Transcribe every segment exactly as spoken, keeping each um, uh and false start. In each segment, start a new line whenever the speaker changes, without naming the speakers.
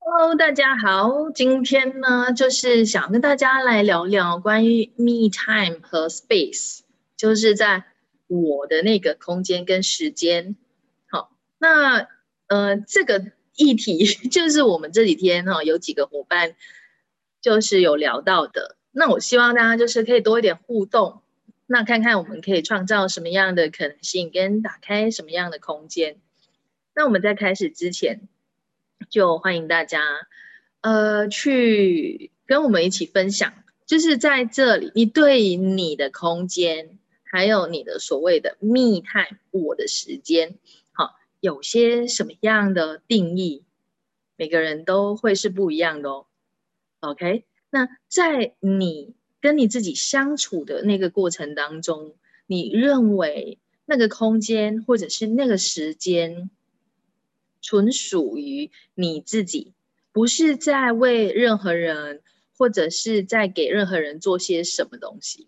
Hello，大家好。今天呢，就是想跟大家来聊聊关于 me time 和 space，就是在我的那个空间跟时间。好，那呃，这个议题就是我们这几天哈、有几个伙伴就是有聊到的。那我希望大家就是可以多一点互动，那看看我们可以创造什么样的可能性，跟打开什么样的空间。那我们在开始之前，就欢迎大家，呃，去跟我们一起分享，就是在这里，你对你的空间，还有你的所谓的 me time，我的时间，好，有些什么样的定义，每个人都会是不一样的哦。OK，那在你跟你自己相处的那个过程当中，你认为那个空间或者是那个时间，纯属于你自己，不是在为任何人，或者是在给任何人做些什么东西。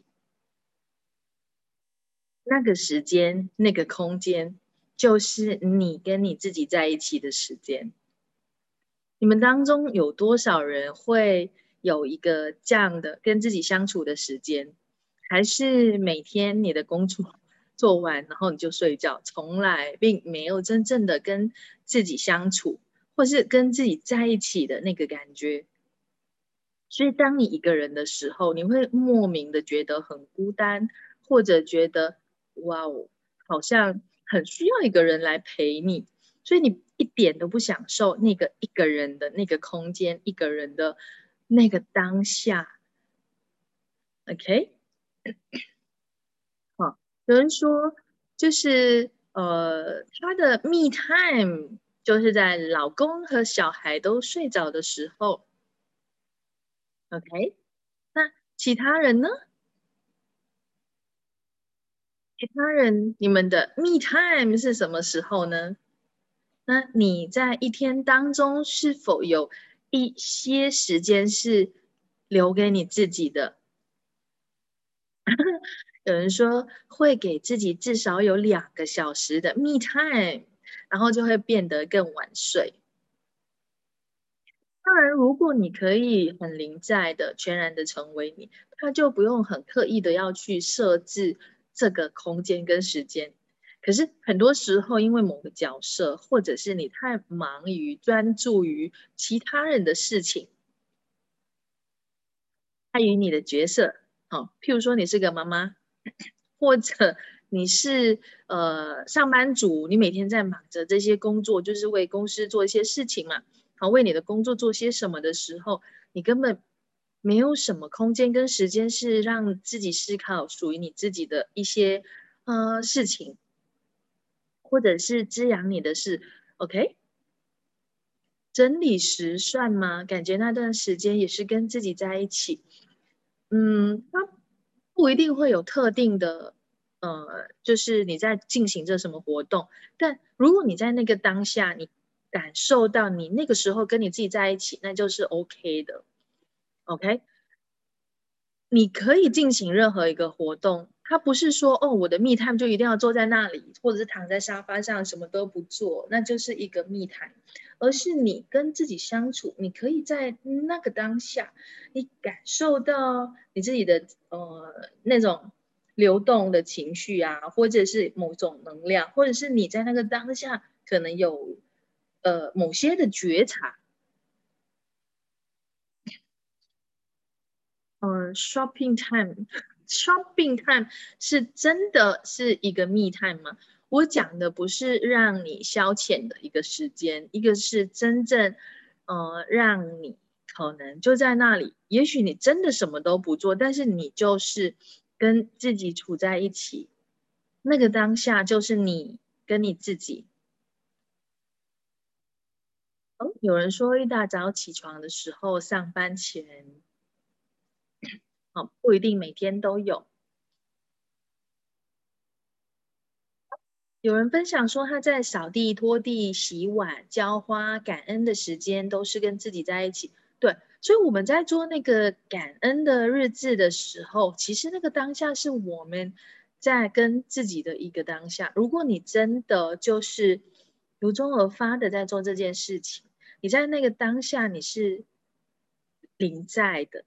那个时间，那个空间，就是你跟你自己在一起的时间。你们当中有多少人会有一个这样的跟自己相处的时间？还是每天你的工作做完，然后你就睡觉，从来并没有真正的跟自己相处，或是跟自己在一起的那个感觉？所以，当你一个人的时候，你会莫名的觉得很孤单，或者觉得哇哦，好像很需要一个人来陪你，所以你一点都不享受那个一个人的那个空间，一个人的那个当下。OK，好，有人说就是呃，他的 me time 就是在老公和小孩都睡着的时候。OK，那其他人呢？其他人，你们的 me time 是什么时候呢？那你在一天当中是否有一些时间是留给你自己的？有人说会给自己至少有两个小时的 me time，然后就会变得更晚睡。当然，如果你可以很临在的、全然的成为你，他就不用很刻意的要去设置这个空间跟时间。可是很多时候，因为某个角色，或者是你太忙于专注于其他人的事情，他与你的角色，好、譬如说你是个妈妈，或者你是呃上班族，你每天在忙着这些工作，就是为公司做一些事情嘛，好，为你的工作做些什么的时候，你根本没有什么空间跟时间是让自己思考属于你自己的一些呃事情，或者是滋养你的事。OK，整理时算吗？感觉那段时间也是跟自己在一起。嗯，它不一定会有特定的，呃，就是你在进行着什么活动，但如果你在那个当下，你感受到你那个时候跟你自己在一起，那就是 OK 的。OK，你可以进行任何一个活动，它不是说哦，我的 me time 就一定要坐在那里，或者是躺在沙发上什么都不做，那就是一个 me time，而是你跟自己相处，你可以在那个当下，你感受到你自己的呃那种流动的情绪啊，或者是某种能量，或者是你在那个当下可能有呃某些的觉察。嗯，shopping time，shopping time 是真的是一个 me time 吗？我讲的不是让你消遣的一个时间，一个是真正呃让你可能就在那里，也许你真的什么都不做，但是你就是跟自己处在一起，那个当下就是你跟你自己。哦，有人说一大早起床的时候，上班前，哦，不一定每天都有。有人分享说，他在扫地、拖地、洗碗、浇花、感恩的时间都是跟自己在一起。对，所以我们在做那个感恩的日志的时候，其实那个当下是我们在跟自己的一个当下。如果你真的就是由衷而发的在做这件事情， 你在那个当下你是临在的。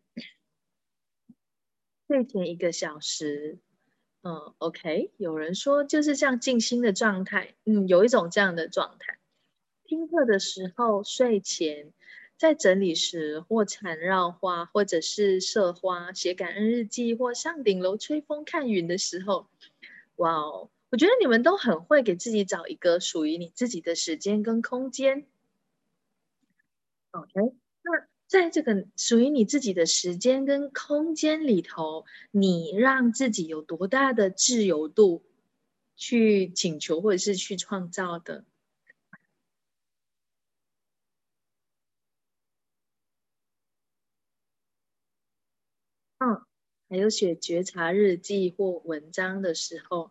睡前一个小时，嗯，OK，有人说就是像静心的状态，嗯，有一种这样的状态。听课的时候，睡前，在整理时或缠绕花，或者是设花、写感恩日记，或上顶楼吹风看云的时候，哇哦，我觉得你们都很会给自己找一个属于你自己的时间跟空间。OK，那在这个属于你自己的时间跟空间里头，你让自己有多大的自由度去请求或者是去创造的？嗯，还有写觉察日记或文章的时候，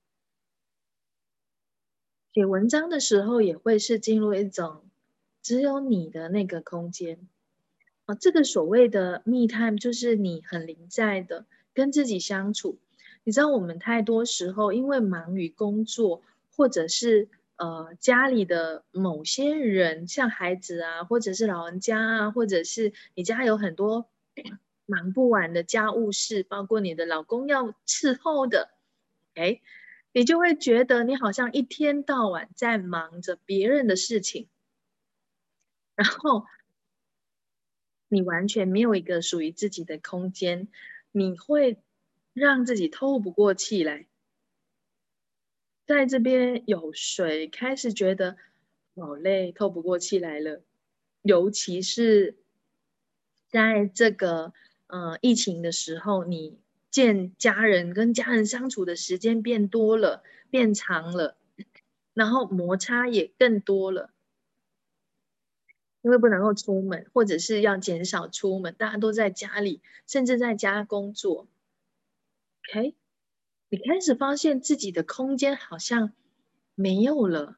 写文章的时候也会是进入一种只有你的那个空间。哦，这个所谓的 me time 就是你很临在的跟自己相处。你知道我们太多时候因为忙于工作，或者是呃家里的某些人，像孩子啊，或者是老人家啊，或者是你家有很多忙不完的家务事，包括你的老公要伺候的，哎，你就会觉得你好像一天到晚在忙着别人的事情，然后你完全没有一个属于自己的空间，你会让自己透不过气来。在这边有谁开始觉得好累，透不过气来了？尤其是在这个呃疫情的时候，你见家人跟家人相处的时间变多了，变长了，然后摩擦也更多了，因为不能够出门，或者是要减少出门，大家都在家里，甚至在家工作。OK，你开始发现自己的空间好像没有了。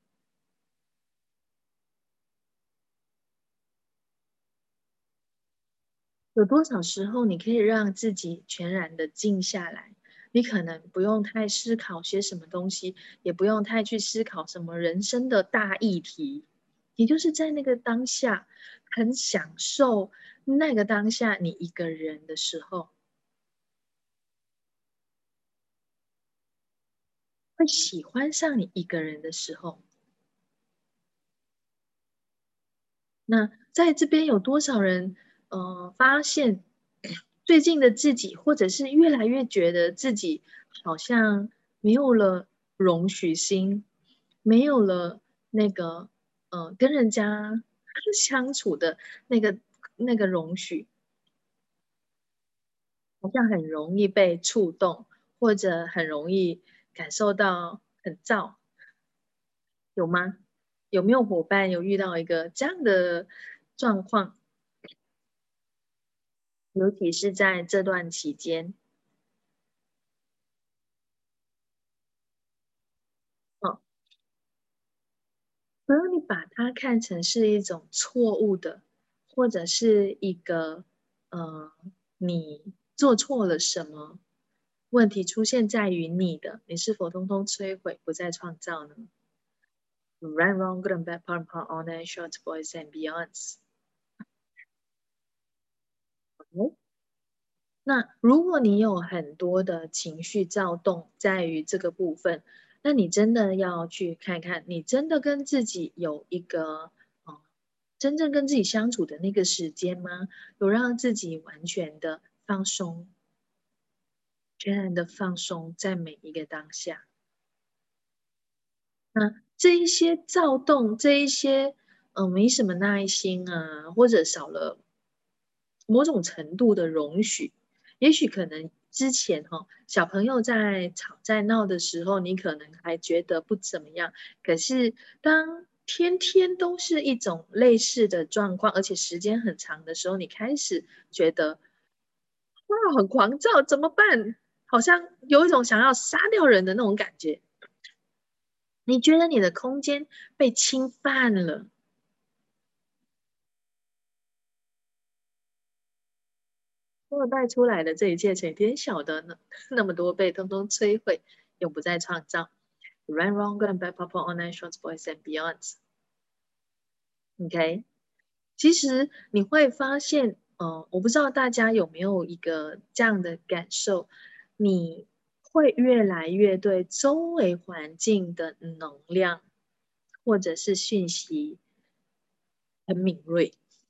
有多少时候你可以让自己全然的静下来？你可能不用太思考些什么东西，也不用太去思考什么人生的大议题，也就是在那个当下，很享受那个当下你一个人的时候，会喜欢上你一个人的时候。那在这边有多少人，呃，发现最近的自己，或者是越来越觉得自己好像没有了容许心，没有了那个呃跟人家相处的那个那个容许，好像很容易被触动，或者很容易感受到很燥，有吗？有没有伙伴有遇到一个这样的状况？尤其是在这段期间，哦，不用你把它看成是一种错误的，或者是一个呃，你做错了什么，问题出现在于你的，你是否通通摧毁，不再创造呢？Right, wrong, good and bad, part and part, all night, short, boys and beyonds。那如果你有很多的情绪躁动在于这个部分，那你真的要去看看，你真的跟自己有一个呃，真正跟自己相处的那个时间吗？有让自己完全的放松，全然的放松在每一个当下。那这一些躁动，这一些呃没什么耐心啊，或者少了某种程度的容许，也许可能之前哈、哦、小朋友在吵在闹的时候，你可能还觉得不怎么样，可是当天天都是一种类似的状况，而且时间很长的时候，你开始觉得哇很狂躁，怎么办？好像有一种想要杀掉人的那种感觉。你觉得你的空间被侵犯了，所带出来的这一切，谁天晓得呢？那么多被通通摧毁，永不再创造。Right, wrong, good and bad, purple, online, shorts, boys and beyonds。 OK，其实你会发现，呃，我不知道大家有没有一个这样的感受，你会越来越对周围环境的能量或者是讯息很敏锐。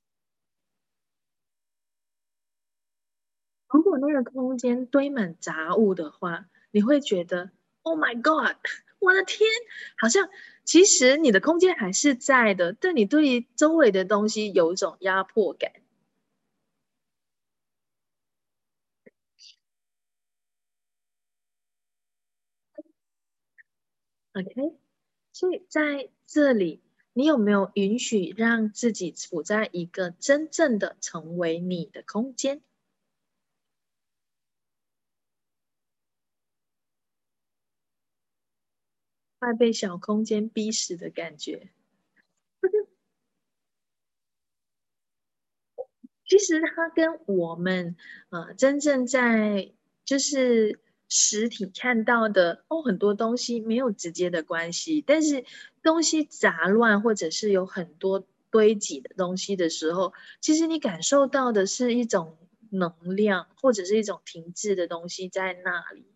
如果那个空间堆满杂物的话，你会觉得 “Oh my God，我的天！”好像其实你的空间还是在的，但你对于周围的东西有一种压迫感。OK，所以在这里，你有没有允许让自己处在一个真正的成为你的空间，快被小空间逼死的感觉？其实它跟我们呃真正在就是实体看到的哦很多东西没有直接的关系，但是东西杂乱或者是有很多堆积的东西的时候，其实你感受到的是一种能量或者是一种停滞的东西在那里。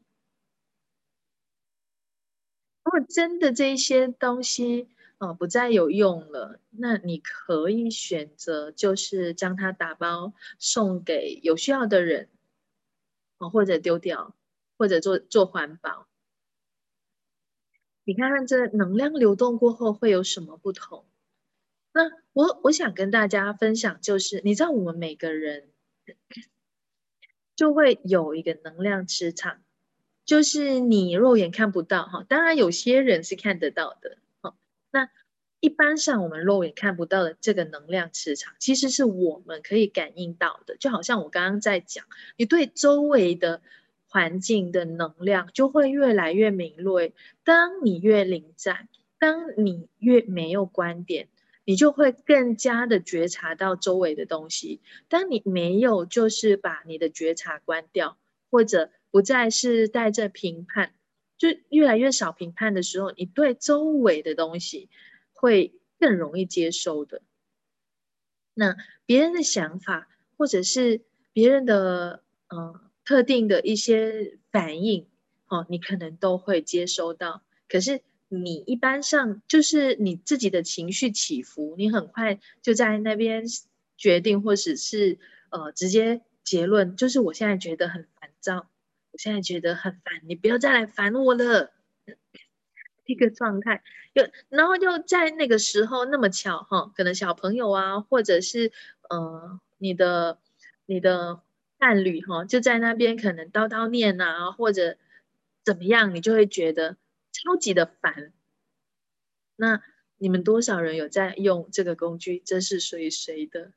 如果真的这一些东西呃不再有用了，那你可以选择就是将它打包送给有需要的人，哦，或者丢掉，或者做做环保。你看看这能量流动过后会有什么不同？那我我想跟大家分享，就是你知道我们每个人就会有一个能量磁场，就是你肉眼看不到哈，当然有些人是看得到的哈。那一般上我们肉眼看不到的这个能量磁场，其实是我们可以感应到的。就好像我刚刚在讲，你对周围的环境的能量就会越来越敏锐。当你越临在，当你越没有观点，你就会更加的觉察到周围的东西。当你没有就是把你的觉察关掉，或者不再是带着评判，就越来越少评判的时候，你对周围的东西会更容易接收的。那别人的想法，或者是别人的呃特定的一些反应，哦，你可能都会接收到。可是你一般上就是你自己的情绪起伏，你很快就在那边决定，或者是呃直接结论，就是我现在觉得很烦躁，我现在觉得很烦，你不要再来烦我了。一个状态，有，然后又在那个时候那么巧哈，可能小朋友啊，或者是呃你的你的伴侣哈，就在那边可能叨叨念啊，或者怎么样，你就会觉得超级的烦。那你们多少人有在用这个工具？这是属于谁的？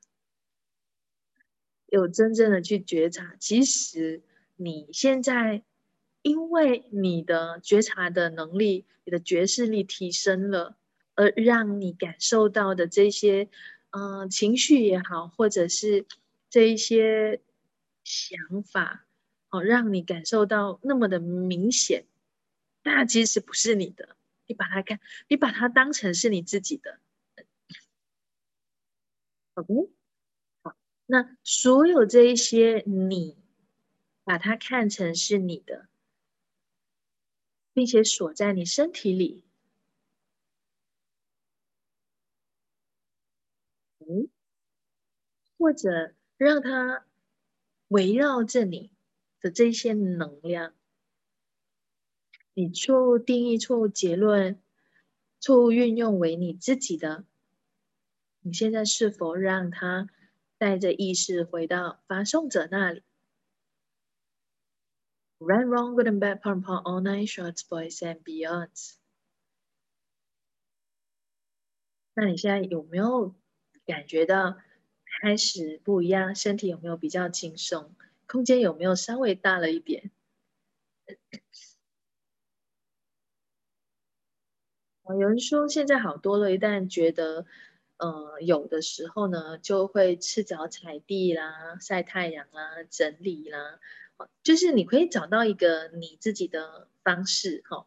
有真正的去觉察，其实你现在因为你的觉察的能力，你的觉视力提升了，而让你感受到的这些，呃，情绪也好，或者是这一些想法，哦，让你感受到那么的明显，但它其实不是你的，你把它看，你把它当成是你自己的，OK？那所有这一些你把它看成是你的，并且锁在你身体里，嗯，或者让它围绕着你的这些能量，你错误定义、错误结论、错误运用为你自己的，你现在是否让它带着意识回到发送者那里？Right, wrong, good and bad, pom pom, all nine shorts, boys and beyonds。那你现在有没有感觉到开始不一样？身体有没有比较轻松？空间有没有稍微大了一点？呃有人说现在好多了，一旦觉得呃有的时候呢，就会赤脚踩地啦、晒太阳啦、整理啦，呃就是你可以找到一个你自己的方式哈。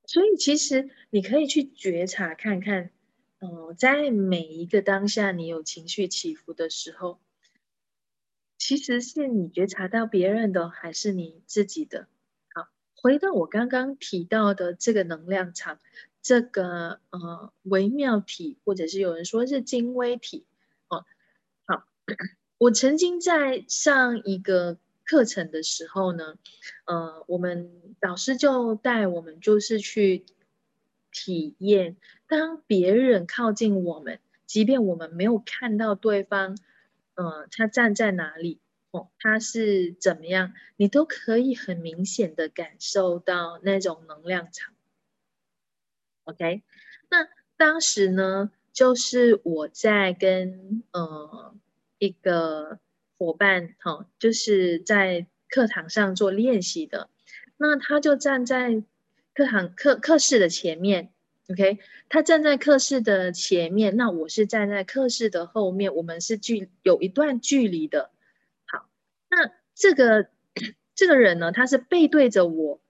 所以其实你可以去觉察看看，呃，在每一个当下你有情绪起伏的时候，其实是你觉察到别人的，还是你自己的？好，回到我刚刚提到的这个能量场，这个呃微妙体，或者是有人说是精微体，哦，好，我曾经在上一个课程的时候呢，呃，我们导师就带我们就是去体验，当别人靠近我们，即便我们没有看到对方，呃，他站在哪里，哦，他是怎么样，你都可以很明显的感受到那种能量场。OK，那当时呢，就是我在跟呃一个伙伴，哈、哦，就是在课堂上做练习的。那他就站在课堂课课室的前面，OK，他站在课室的前面，那我是站在课室的后面，我们是距有一段距离的。好，那这个这个人呢，他是背对着我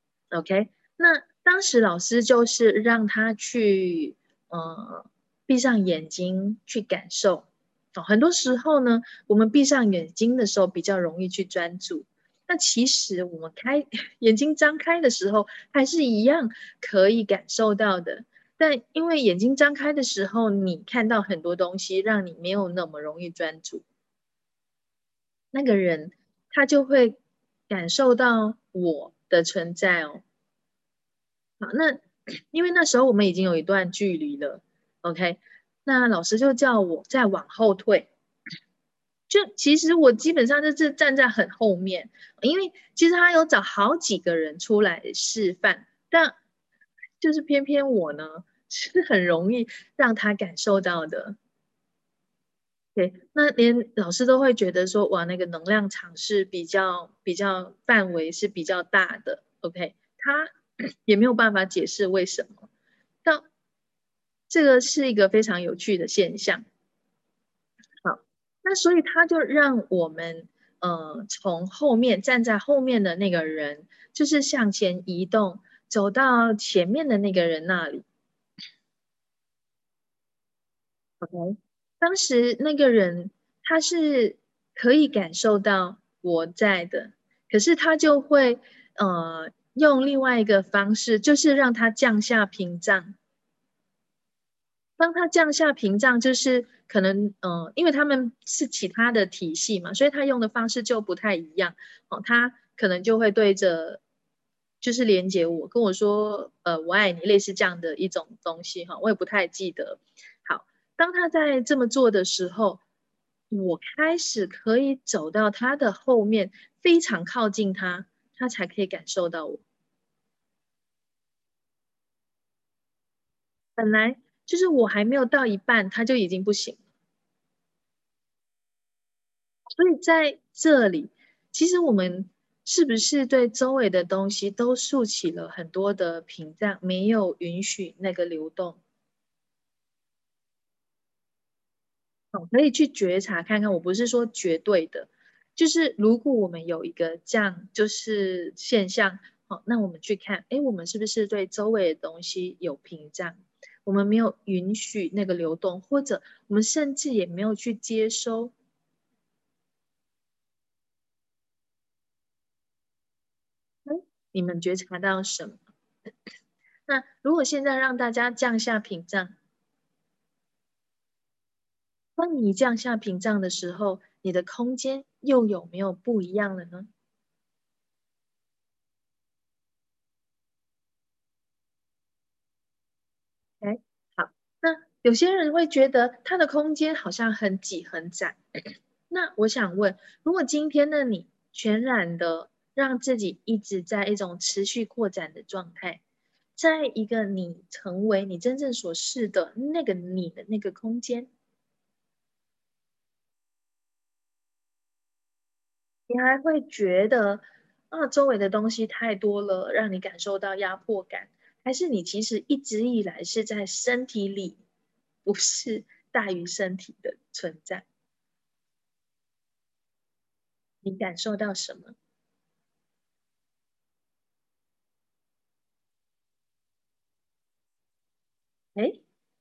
，OK。那当时老师就是让他去呃闭上眼睛去感受。哦，很多时候呢，我们闭上眼睛的时候比较容易去专注。那其实我们开眼睛张开的时候，还是一样可以感受到的。但因为眼睛张开的时候，你看到很多东西，让你没有那么容易专注。那个人他就会感受到我的存在哦。好，那因为那时候我们已经有一段距离了，OK，那老师就叫我再往后退。就其实我基本上就是站在很后面，因为其实他有找好几个人出来示范，但就是偏偏我呢是很容易让他感受到的。对，那连老师都会觉得说，哇，那个能量场是比较比较范围是比较大的，OK，他也没有办法解释为什么。但这个是一个非常有趣的现象。好，那所以他就让我们呃从后面站在后面的那个人，就是向前移动，走到前面的那个人那里。OK，当时那个人他是可以感受到我在的，可是他就会呃用另外一个方式，就是让他降下屏障。当他降下屏障，就是可能，呃，因为他们是其他的体系嘛，所以他用的方式就不太一样。哦，他可能就会对着，就是连接我，跟我说，呃，我爱你，类似这样的一种东西哈，我也不太记得。好，当他在这么做的时候，我开始可以走到他的后面，非常靠近他，他才可以感受到我。本来就是我还没有到一半，他就已经不行了。所以在这里，其实我们是不是对周围的东西都竖起了很多的屏障，没有允许那个流动？哦，可以去觉察看看。我不是说绝对的，就是如果我们有一个这样就是现象，好，那我们去看，哎，我们是不是对周围的东西有屏障？我们没有允许那个流动，或者我们甚至也没有去接收。嗯，你们觉察到什么？那如果现在让大家降下屏障，当你降下屏障的时候，你的空间又有没有不一样了呢？哎，好，那有些人会觉得他的空间好像很挤很窄。那我想问，如果今天的你全然的让自己一直在一种持续扩展的状态，在一个你成为你真正所是的那个你的那个空间，你还会觉得啊，周围的东西太多了，让你感受到压迫感，还是你其实一直以来是在身体里，不是大于身体的存在？你感受到什么？ 哎，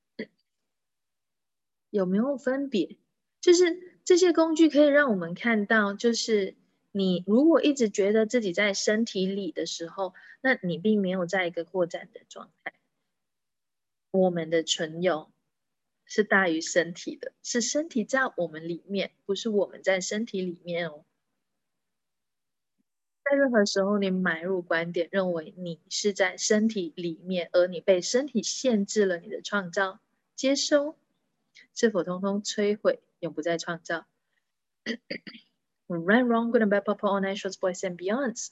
有没有分别？就是这些工具可以让我们看到，就是你如果一直觉得自己在身体里的时候，那你并没有在一个扩展的状态。我们的存有是大于身体的，是身体在我们里面，不是我们在身体里面哦。在任何时候，你买入观点，认为你是在身体里面，而你被身体限制了你的创造，接收，是否通通摧毁，永不再创造？Right, wrong, good and bad, purple, all night, shorts, boys and beyonds。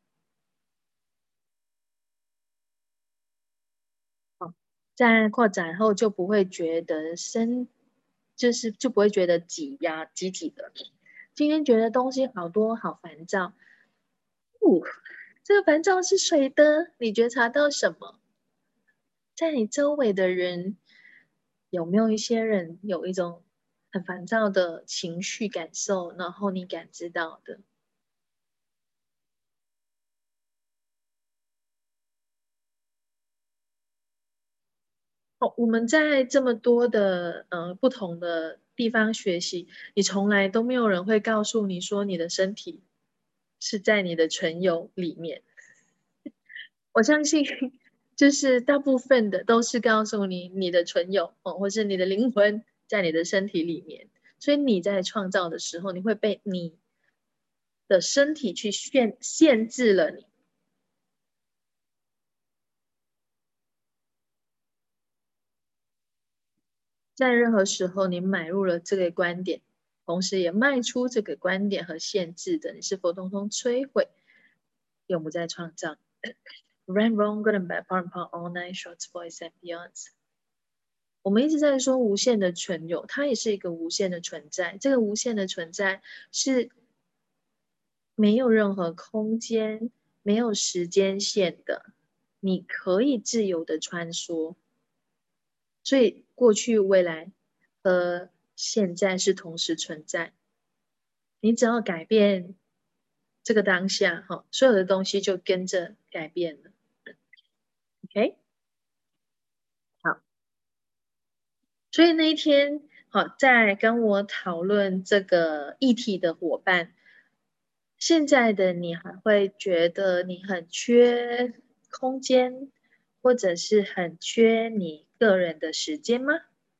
在扩展后就不会觉得身，就是就不会觉得挤压挤挤的。今天觉得东西好多，好烦躁。哦，这个烦躁是谁的？你觉察到什么？在你周围的人有没有一些人有一种很烦躁的情绪感受，然后你感知到的？哦，我们在这么多的呃不同的地方学习，你从来都没有人会告诉你说你的身体是在你的唇釉里面。我相信，就是大部分的都是告诉你你的唇釉哦，或是你的灵魂在你的身体里面。所以你在创造的时候，你会被你的身体去限限制了你。在任何时候，你买入了这个观点，同时也卖出这个观点和限制的，你是否通通摧毁，永不再创造？Right, wrong, good and bad, part and part, all night, shorts, boys and beyonds。我们一直在说无限的存有，它也是一个无限的存在。这个无限的存在是没有任何空间、没有时间线的，你可以自由的穿梭。所以过去、未来和现在是同时存在。你只要改变这个当下，哈，所有的东西就跟着改变了。OK，好，所以那一天，好，在跟我讨论这个议题的伙伴，现在的你还会觉得你很缺空间，或者是很缺你个人的时间吗？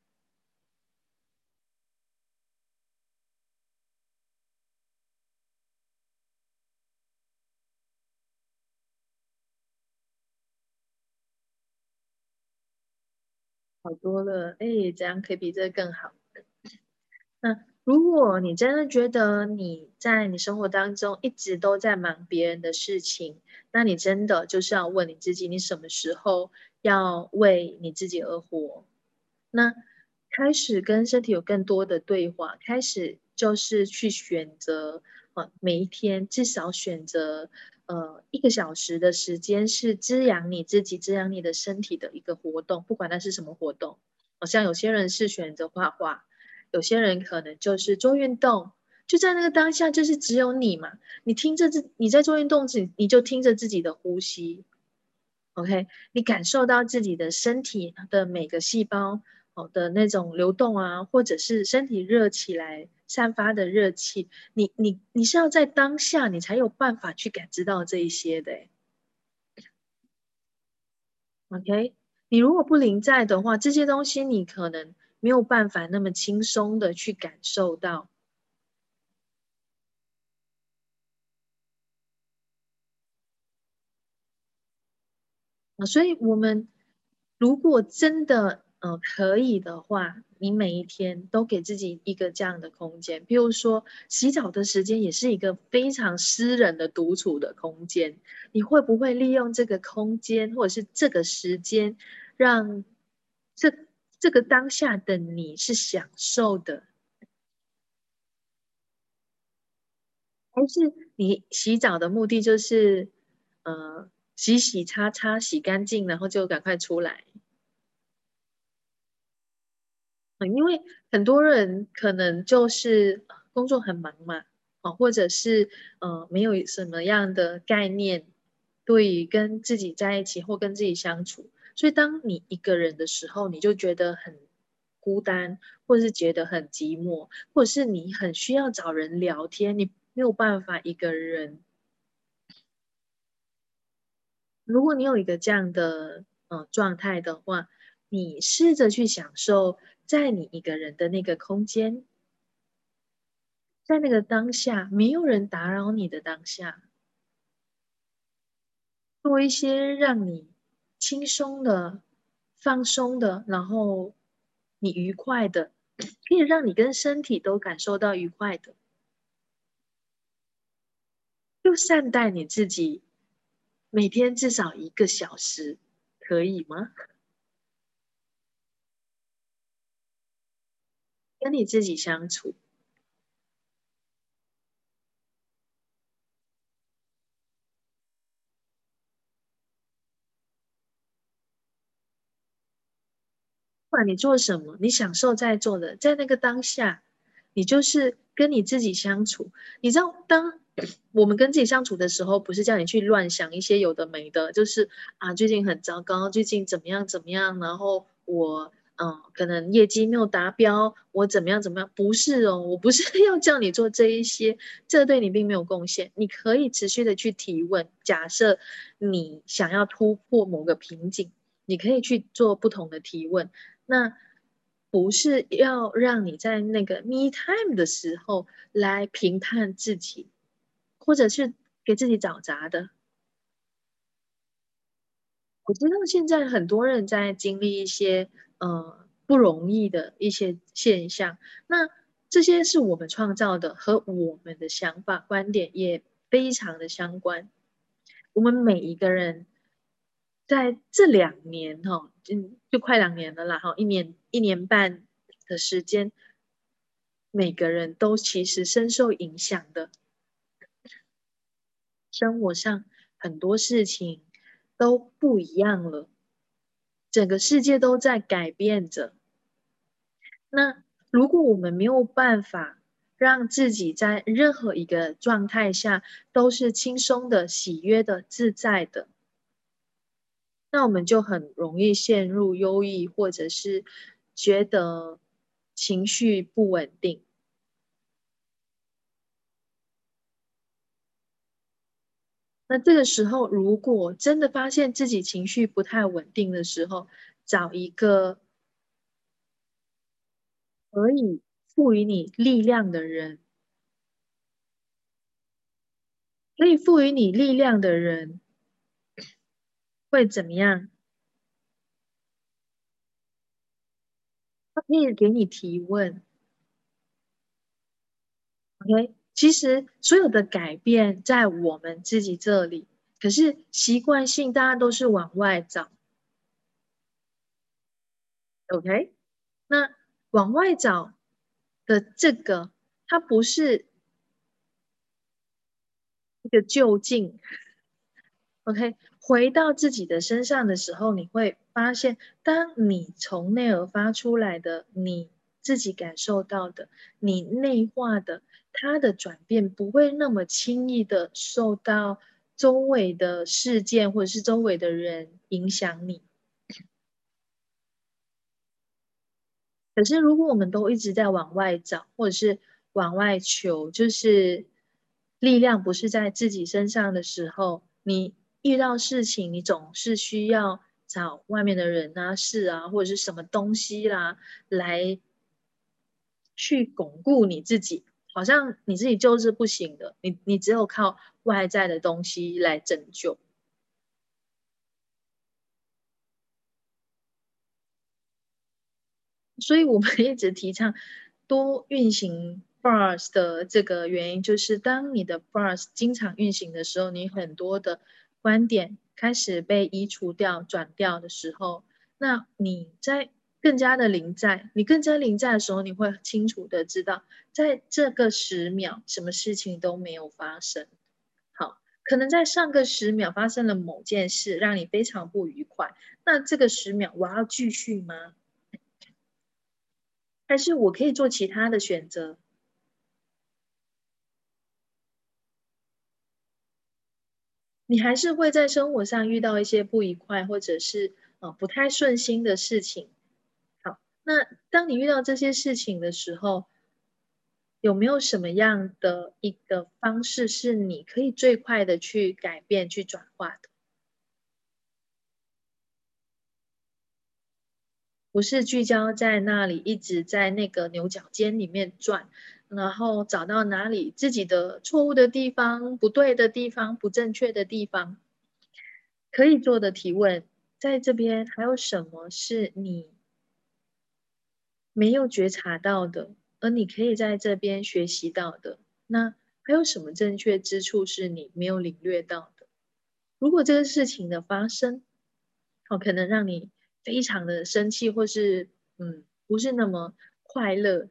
好多了，哎，这样可以比这个更好。那如果你真的觉得你在你生活当中一直都在忙别人的事情，那你真的就是要问你自己，你什么时候要为你自己而活？那开始跟身体有更多的对话，开始就是去选择，呃，每一天至少选择呃一个小时的时间是滋养你自己、滋养你的身体的一个活动，不管那是什么活动。好像有些人是选择画画，有些人可能就是做运动，就在那个当下，就是只有你嘛，你听着自你在做运动时，你就听着自己的呼吸，OK，你感受到自己的身体的每个细胞哦的那种流动啊，或者是身体热起来散发的热气，你你你是要在当下，你才有办法去感知到这一些的，OK，你如果不临在的话，这些东西你可能没有办法那么轻松的去感受到。啊，所以我们如果真的呃可以的话，你每一天都给自己一个这样的空间，比如说洗澡的时间也是一个非常私人的独处的空间，你会不会利用这个空间或者是这个时间，让这这个当下的你是享受的，还是你洗澡的目的就是呃洗洗擦擦洗干净，然后就赶快出来？嗯，因为很多人可能就是工作很忙嘛，哦，或者是呃没有什么样的概念，对于跟自己在一起或跟自己相处， 所以当你一个人的时候，你就觉得很孤单，或者是觉得很寂寞，或者是你很需要找人聊天，你没有办法一个人。如果你有一个这样的呃状态的话，你试着去享受在你一个人的那个空间，在那个当下，没有人打扰你的当下，做一些让你轻松的、放松的，然后你愉快的，可以让你跟身体都感受到愉快的，就善待你自己，每天至少一个小时，可以吗？跟你自己相处。不管你做什么，你享受在做的，在那个当下，你就是跟你自己相处。你知道，当我们跟自己相处的时候，不是叫你去乱想一些有的没的，就是啊，最近很糟糕，最近怎么样怎么样，然后我嗯，可能业绩没有达标，我怎么样怎么样？不是哦，我不是要叫你做这一些，这对你并没有贡献。你可以持续的去提问，假设你想要突破某个瓶颈，你可以去做不同的提问。那不是要让你在那个 me time 的时候来评判自己，或者是给自己找茬的。我知道现在很多人在经历一些呃不容易的一些现象，那这些是我们创造的，和我们的想法观点也非常的相关。我们每一个人在这两年哈，嗯，就快两年了啦哈，一年一年半的时间，每个人都其实深受影响的。生活上很多事情都不一样了，整个世界都在改变着。那如果我们没有办法让自己在任何一个状态下都是轻松的、喜悦的、自在的，那我们就很容易陷入忧郁，或者是觉得情绪不稳定。那这个时候，如果真的发现自己情绪不太稳定的时候，找一个可以赋予你力量的人，可以赋予你力量的人会怎么样？他可以给你提问。OK，其实所有的改变在我们自己这里，可是习惯性大家都是往外找。OK，那往外找的这个，它不是一个就近。OK，回到自己的身上的时候，你会发现，当你从内而发出来的，你自己感受到的，你内化的，它的转变不会那么轻易的受到周围的事件或者是周围的人影响你。可是，如果我们都一直在往外找，或者是往外求，就是力量不是在自己身上的时候，你遇到事情，你总是需要找外面的人啊、事啊，或者是什么东西啦，来去巩固你自己。好像你自己就是不行的，你你只有靠外在的东西来拯救。所以我们一直提倡多运行 bars 的这个原因，就是当你的 bars 经常运行的时候，你很多的观点开始被移除掉、转掉的时候，那你在更加的临在，你更加临在的时候，你会清楚的知道，在这个十秒，什么事情都没有发生。好，可能在上个十秒发生了某件事，让你非常不愉快，那这个十秒我要继续吗？还是我可以做其他的选择？你还是会在生活上遇到一些不愉快，或者是呃不太顺心的事情。好，那当你遇到这些事情的时候，有没有什么样的一个方式是你可以最快的去改变、去转化的？不是聚焦在那里，一直在那个牛角尖里面转，然后找到哪里自己的错误的地方、不对的地方、不正确的地方，可以做的提问，在这边还有什么是你没有觉察到的，而你可以在这边学习到的？那还有什么正确之处是你没有领略到的？如果这个事情的发生，哦，可能让你非常的生气，或是嗯，不是那么快乐。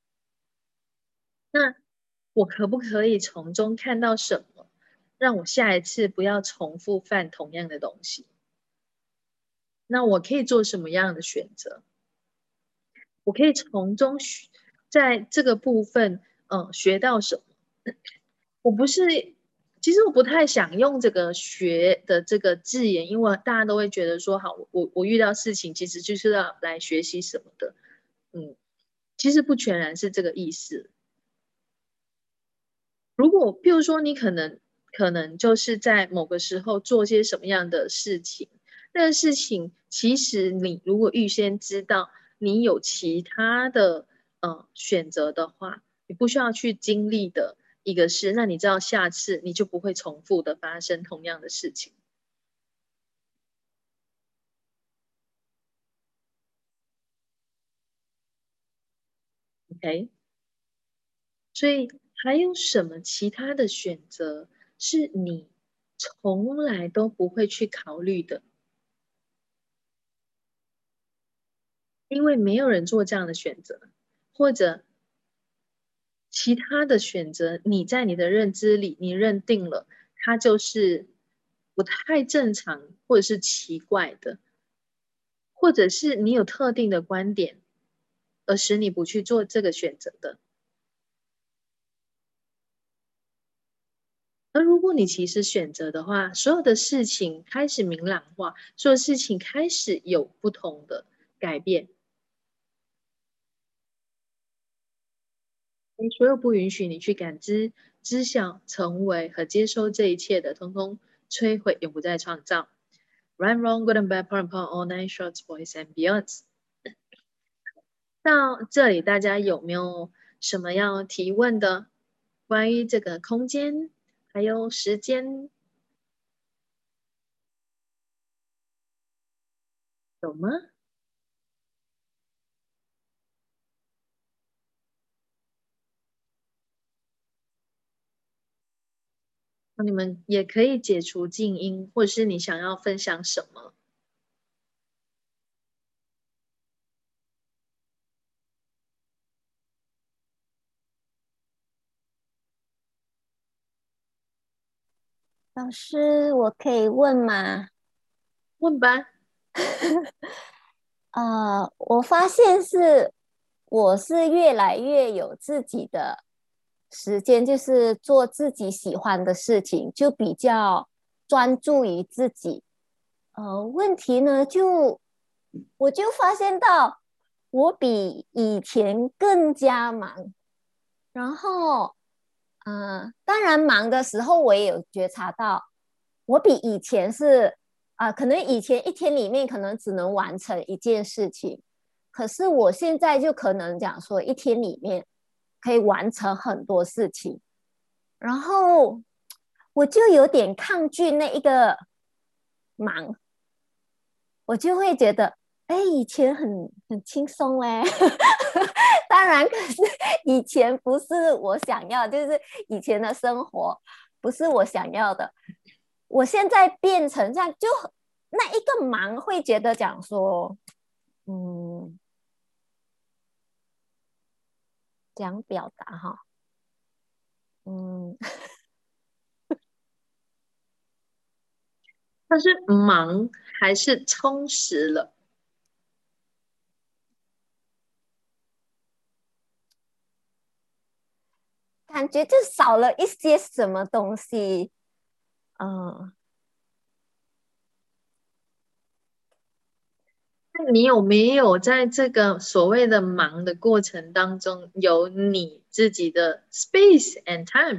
那我可不可以从中看到什么，让我下一次不要重复犯同样的东西？那我可以做什么样的选择？我可以从中学，在这个部分，嗯，学到什么？我不是，其实我不太想用这个“学”的这个字眼，因为大家都会觉得说，好，我我遇到事情其实就是要来学习什么的，嗯，其实不全然是这个意思。如果譬如说你可能可能就是在某个时候做些什么样的事情，那个事情其实你如果预先知道你有其他的呃选择的话，你不需要去经历的一个事，那你知道下次你就不会重复的发生同样的事情。OK，所以还有什么其他的选择是你从来都不会去考虑的？因为没有人做这样的选择，或者其他的选择，你在你的认知里，你认定了它就是不太正常，或者是奇怪的，或者是你有特定的观点，而使你不去做这个选择的。而如果你其实选择的话，所有的事情开始明朗化，所有事情开始有不同的改变。所有不允许你去感知、知晓、成为和接收这一切的，通通摧毁，永不再创造。Right, wrong, good and bad, part and part, all nine shorts, boys and beyonds。到这里，大家有没有什么要提问的？关于这个空间还有时间，有吗？你们也可以解除静音，或者是你想要分享什么？
老师，我可以问吗？
问吧。
呃，我发现是我是越来越有自己的时间，就是做自己喜欢的事情，就比较专注于自己。呃，问题呢，就我就发现到我比以前更加忙，然后，呃，当然忙的时候，我也有觉察到，我比以前是啊、呃可能以前一天里面可能只能完成一件事情，可是我现在就可能讲说，一天里面可以完成很多事情，然后我就有点抗拒那一个忙，我就会觉得，哎，以前很很轻松嘞。当然，可是以前不是我想要，就是以前的生活不是我想要的。我现在变成这样，就那一个忙会觉得讲说，嗯，讲表达哈，嗯，
他是忙还是充实了？
感觉就少了一些什么东西，嗯，
那你有没有在这个所谓的忙的过程当中，有你自己的 space and time？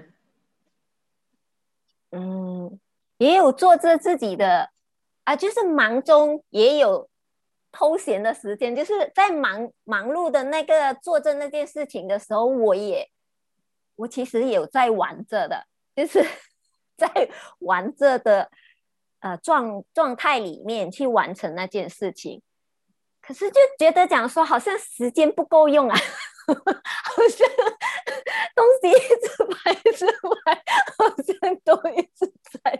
嗯，也有做着自己的啊，就是忙中也有偷闲的时间，就是在忙忙碌的那个做着那件事情的时候，我也我其实有在玩着的，就是在玩着的呃状状态里面去完成那件事情。可是就觉得讲说好像时间不够用啊，好像东西一直排着排，好像都一直在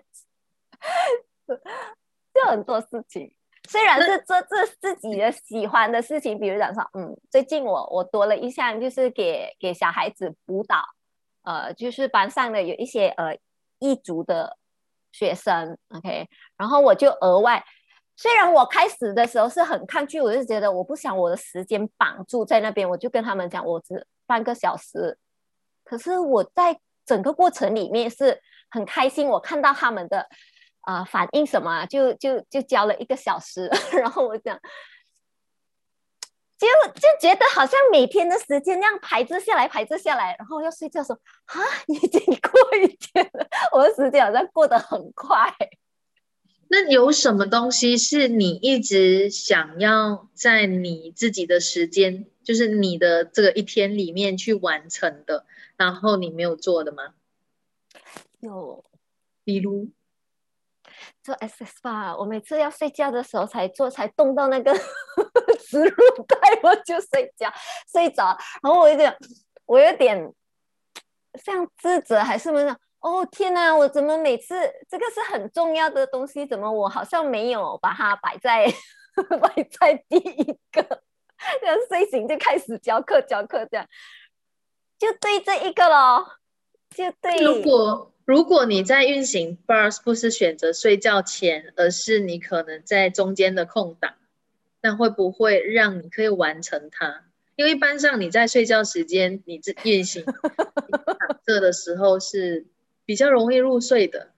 做很多事情。虽然是做这自己的喜欢的事情，比如讲说，嗯，最近我我多了一项，就是给给小孩子辅导，呃，就是班上的有一些呃异族的学生，OK，然后我就额外，虽然我开始的时候是很抗拒，我就觉得我不想我的时间绑住在那边，我就跟他们讲，我只半个小时，可是我在整个过程里面是很开心，我看到他们的啊、呃反应什么，就就就教了一个小时，然后我讲。就就觉得好像每天的时间那样排置下来，排置下来，然后要睡觉的时候，啊，已经过一天了，我的时间好像过得很快。
那有什么东西是你一直想要在你自己的时间，就是你的这个一天里面去完成的，然后你没有做的吗？
有
比如，
做 S S 吧，我每次要睡觉的时候才做，才动到那个植入带，我就睡觉，睡着，然后我有点，我有点像自责还是什么的。哦天哪！我怎么每次这个是很重要的东西，怎么我好像没有把它摆在摆在第一个？这样睡醒就开始教课，教课这样，就对这一个咯，就
如
对。
果如果你在运行 bars 不是选择睡觉前，而是你可能在中间的空档，那会不会让你可以完成它？因为一般上你在睡觉时间，你这运行躺着的时候是比较容易入睡的。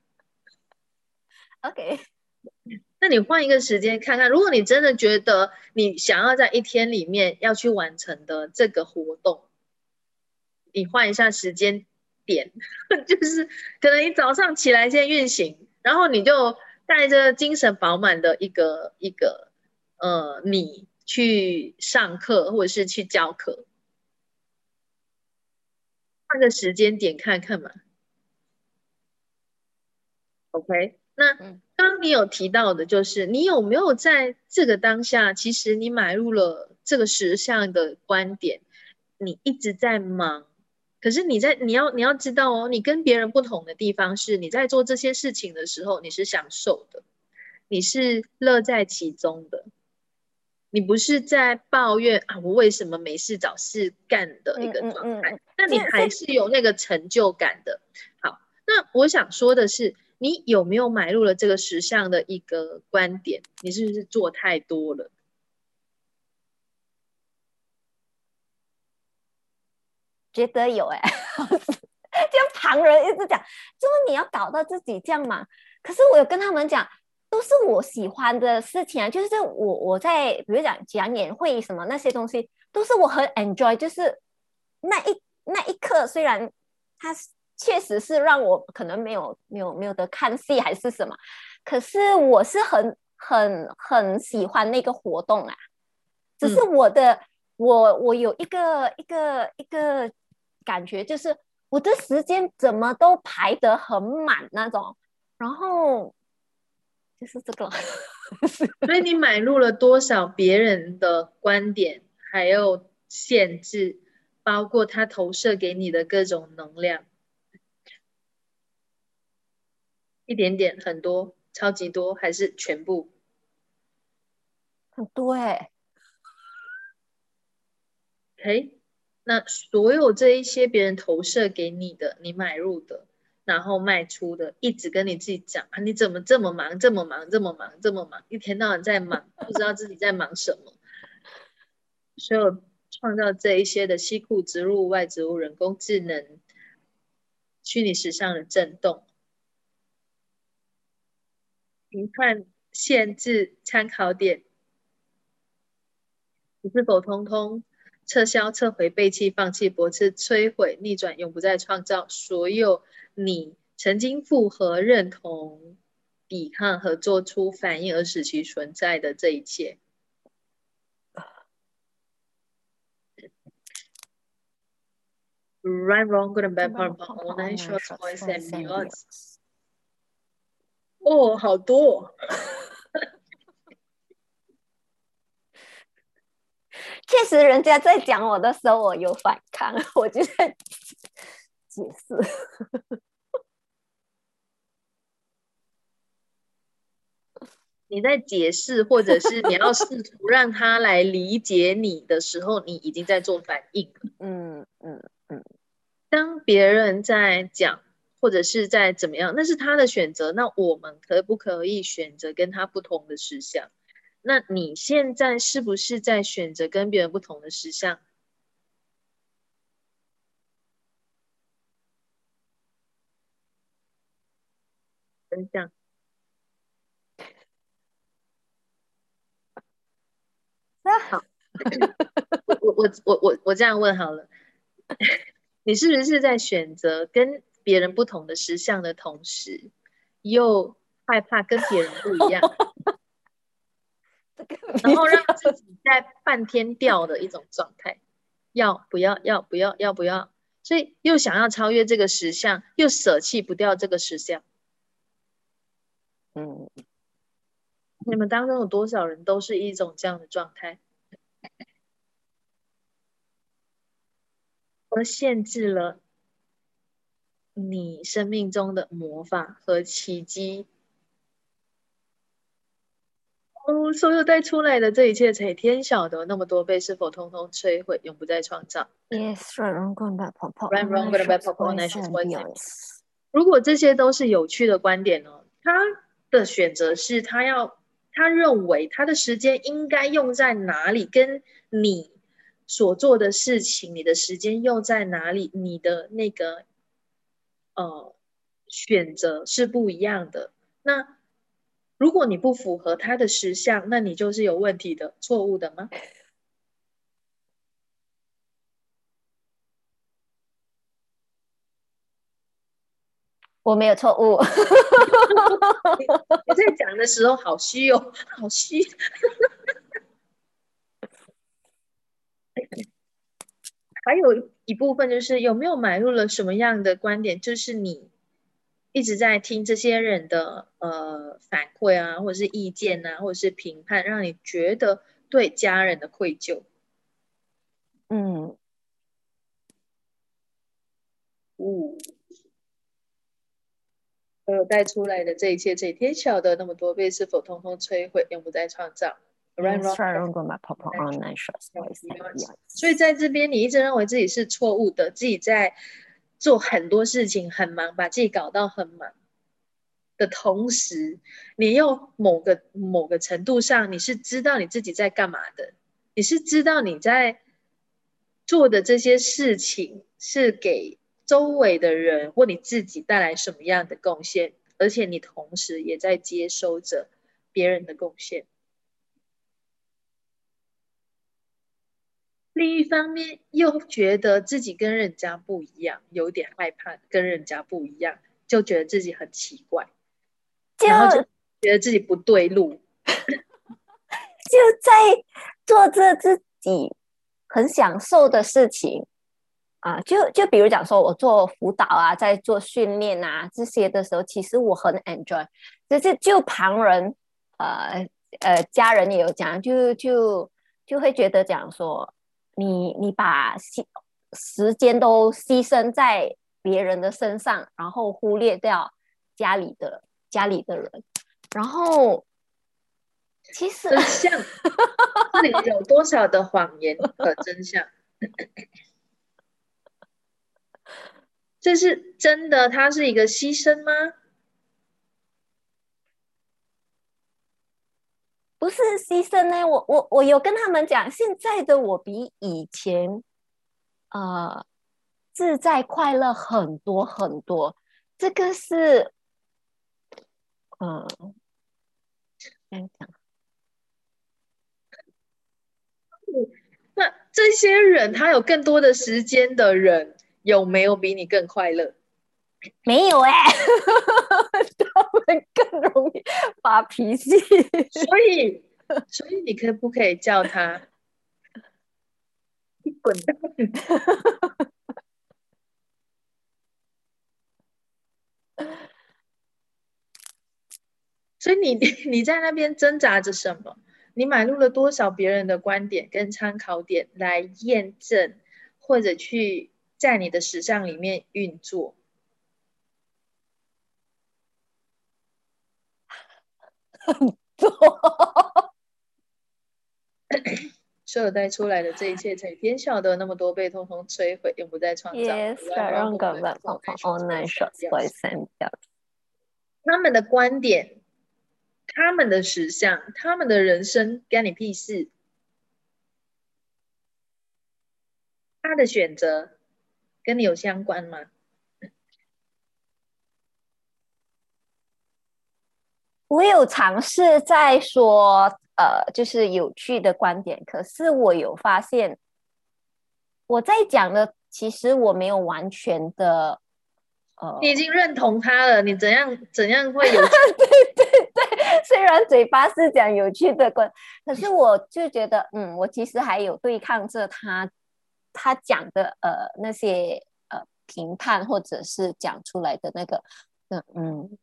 OK，
那你换一个时间看看，如果你真的觉得你想要在一天里面要去完成的这个活动，你换一下时间点，就是可能你早上起来先运行，然后你就带着精神饱满的一个一个呃你去上课或者是去教课，换个时间点看看嘛。OK，那
嗯，
刚刚你有提到的，就是你有没有在这个当下，其实你买入了这个时尚的观点，你一直在忙，可是你在你要你要知道哦，你跟别人不同的地方是，你在做这些事情的时候，你是享受的，你是乐在其中的，你不是在抱怨啊，我为什么没事找事干的一
嗯
个状态，
嗯嗯嗯，
那你
是是
还是有那个成就感的。好，那我想说的是，你有没有买入了这个时尚的一个观点？你是不是做太多了？
觉得有哎、欸，就旁人一直讲，就是你要搞到自己这样嘛。可是我有跟他们讲，都是我喜欢的事情啊，就是我我在比如讲讲演会什么那些东西，都是我很 enjoy，就是那一那一刻，虽然它确实是让我可能没有没有没有得看戏还是什么，可是我是很很很喜欢那个活动啊。只是
嗯，
我的我我有一个一个一个感觉，就是我的时间怎么都排得很满那种，然后就是这个。
所以你买入了多少别人的观点，还有限制，包括他投射给你的各种能量，一点点、很多、超级多，还是全部？
很多哎、欸，
OK，那所有这一些别人投射给你的，你买入的，然后卖出的，一直跟你自己讲啊，你怎么这么忙，这么忙，这么忙，这么忙，一天到晚在忙，不知道自己在忙什么。所有创造这一些的西库植入外植物、人工智能、虚拟时尚的震动、评判、限制、参考点， 你是否通通撤销、撤回、背弃、放弃、驳斥、摧毁、逆转、永不再创造所有你曾经复合、认同、抵抗和做出反应而使其存在的这一切？Right, wrong, good and bad, part, part, online, short, voice and beyond。哦，好多哦。
确实，人家在讲我的时候，我有反抗，我就在解释。
你在解释，或者是你要试图让他来理解你的时候，你已经在做反应了。
嗯嗯嗯。
当别人在讲，或者是在怎么样，那是他的选择。那我们可不可以选择跟他不同的事项？那你现在是不是在选择跟别人不同的事项？分享。好，我我我我我我这样问好了，你是不是在选择跟别人不同的实相的同时，又害怕跟别人不一样，然后让自己在半天吊的一种状态？要不要？要不要？要不要？所以又想要超越这个实相，又舍弃不掉这个实相。
嗯，
你们当中有多少人都是一种这样的状态，而限制了你生命中的魔法和奇迹？哦，所有带出来的这一切，才天晓得那么多倍，是否通通摧毁，永不再创造
Yes, right, wrong, good, bad, pop, pop,
？Right, wrong,
online,
good, bad,
shots,
pop, all
voice
nations,
and
voice and
beyond。
beyond。如果这些都是有趣的观点哦，他的选择是他要，他认为他的时间应该用在哪里，跟你所做的事情，你的时间用在哪里，你的那个呃选择是不一样的。那如果你不符合他的实相，那你就是有问题的、错误的吗？
我没有错误。
你你在讲的时候好虚哦，好虚。还有一部分就是有没有买入了什么样的观点，就是你一直在听这些人的呃反馈啊，或者是意见啊，或者是评判，让你觉得对家人的愧疚。
嗯，
呜、所有带出来的这一切，这一天晓得那么多倍，是否通通摧毁，永不再创造？Right,
Yes,
wrong,
right, wrong, good, bad, pop, pop, online, shots,
and
voice and
beyond。
beyond。
所以在这边，你一直认为自己是错误的，自己在做很多事情很忙，把自己搞到很忙的同时，你又某个某个程度上，你是知道你自己在干嘛的，你是知道你在做的这些事情是给周围的人或你自己带来什么样的贡献，而且你同时也在接收着别人的贡献。另一方面，又觉得自己跟人家不一样，有点害怕跟人家不一样，就觉得自己很奇怪，然后就
就
觉得自己不对路。
就在做着自己很享受的事情啊，就就比如讲说，我做辅导啊，在做训练啊这些的时候，其实我很 enjoy。就是就旁人呃呃家人也有讲，就就就会觉得讲说，你你把时间都牺牲在别人的身上，然后忽略掉家里的家里的人，然后其实
真相，这里有多少的谎言和真相？这是真的，它是一个牺牲吗？
不是牺牲呢，我我我有跟他们讲，现在的我比以前呃自在快乐很多很多。这个是嗯，这样讲
些人他有更多的时间的人，有没有比你更快乐？
没有哎、欸，他们更容易发脾气。
所以，所以你可不可以叫他你滚蛋？所以你你在那边挣扎着什么？你买入了多少别人的观点跟参考点来验证，或者去在你的时尚里面运作？所有带出来的这一切，在天晓得那么多被通通摧毁，永不再创造。
Yes，让个人放放 online shots by send
他们的观点，他们的实相，他们的人生，干你屁事？他的选择跟你有相关吗？
我有尝试在说，呃，就是有趣的观点，可是我有发现，我在讲的，其实我没有完全的，呃，
你已经认同他了，你怎样怎样会有趣？
对对对，虽然嘴巴是讲有趣的观，可是我就觉得，嗯，我其实还有对抗着他，他讲的呃那些呃评判或者是讲出来的那个，嗯嗯。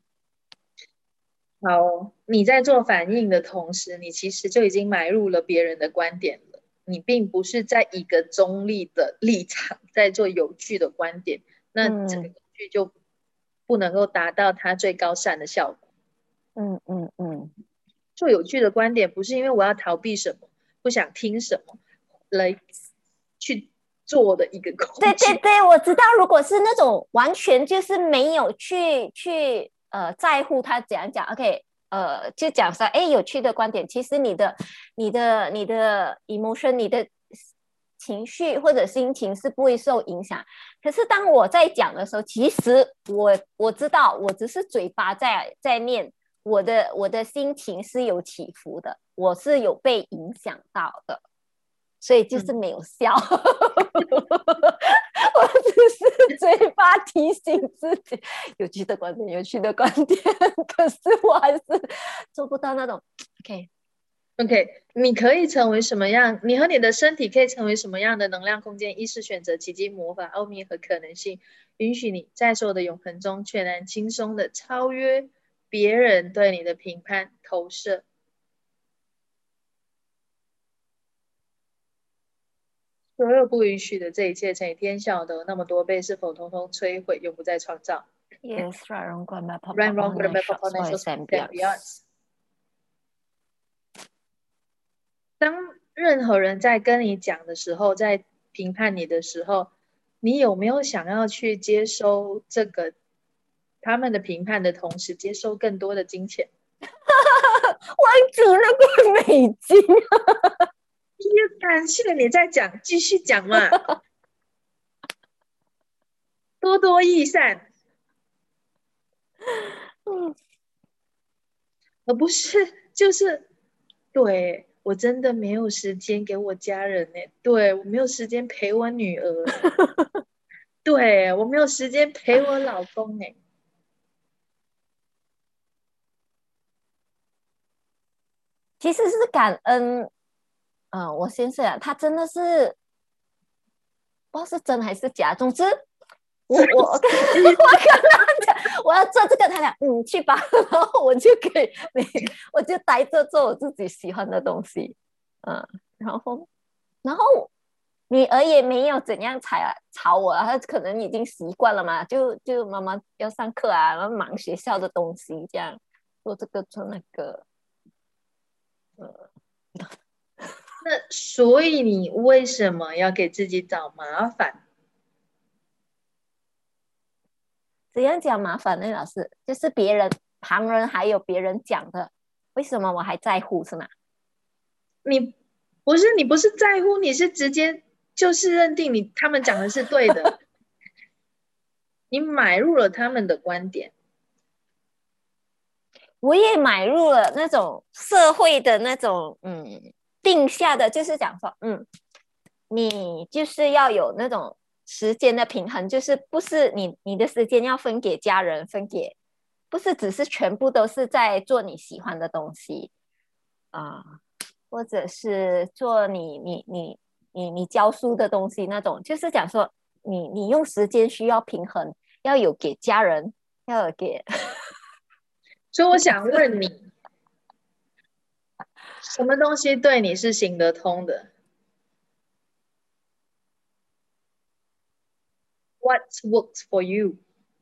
好，你在做反应的同时，你其实就已经买入了别人的观点了。你并不是在一个中立的立场在做有趣的观点，那这个
嗯
工具就不能够达到它最高善的效果。
嗯嗯嗯，
做有趣的观点，不是因为我要逃避什么，不想听什么来去做的一个工具。
对对对，我知道，如果是那种完全就是没有去去呃在乎他怎样讲，OK，呃，就讲说，哎，有趣的观点，其实你的你的你的 emotion，你的情绪或者心情是不会受影响。可是当我在讲的时候，其实我我知道，我只是嘴巴在在念，我的我的心情是有起伏的，我是有被影响到的。所以就是没有笑，嗯、我只是嘴巴提醒自己有趣的观点，有趣的观点，可是我还是做不到那种 OK
OK， 你可以成为什么样？你和你的身体可以成为什么样的能量空间？意识选择、奇迹、魔法、奥秘和可能性，允许你在所有的永恒中全然轻松的超越别人对你的评判投射。所有不允许的这一切，乘以天晓得那么多倍，是否通通摧毁，永不再创造
Yes, right, wrong, good, map, pop,
？Run,
pop,
wrong, good,
online,
bad,
shots,
pop,
boys,
natural,
and
and
beyonds.
beyond。当任何人在跟你讲的时候，在评判你的时候，你有没有想要去接收这个他们的评判的同时，接收更多的金钱？
忘记那个美金，
感谢你在讲，继续讲嘛，多多益善，而不是就是对我真的没有时间给我家人呢、欸，对我没有时间陪我女儿、欸，对我没有时间陪我老公哎、欸。
其实是感恩。嗯、呃，我先生啊，他真的是不知道是真还是假，总之我我我跟我跟他讲，我要做这个，他讲嗯去吧，然后我就可以，我就待着做我自己喜欢的东西，嗯，然后然后女儿也没有怎样吵吵我啊，她可能已经习惯了嘛，就就妈妈要上课啊，然后忙学校的东西，这样做这个做那个，呃，
那所以你为什么要给自己找麻烦？
怎样讲麻烦呢？老师，就是别人、旁人还有别人讲的，为什么我还在乎是吗？
你不是你不是在乎，你是直接就是认定你他们讲的是对的，你买入了他们的观点。
我也买入了那种社会的那种嗯定下的，就是讲说嗯， 你就是要有那种时间的平衡，就是不是你你的时间要分给家人，分给不是只是全部都是在做你喜欢的东西啊、呃或者是做你你你你你教书的东西那种，就是讲说你你用时间需要平衡，要有给家人，要有给
所以我想问你，什么东西对你是行得通的？What works for you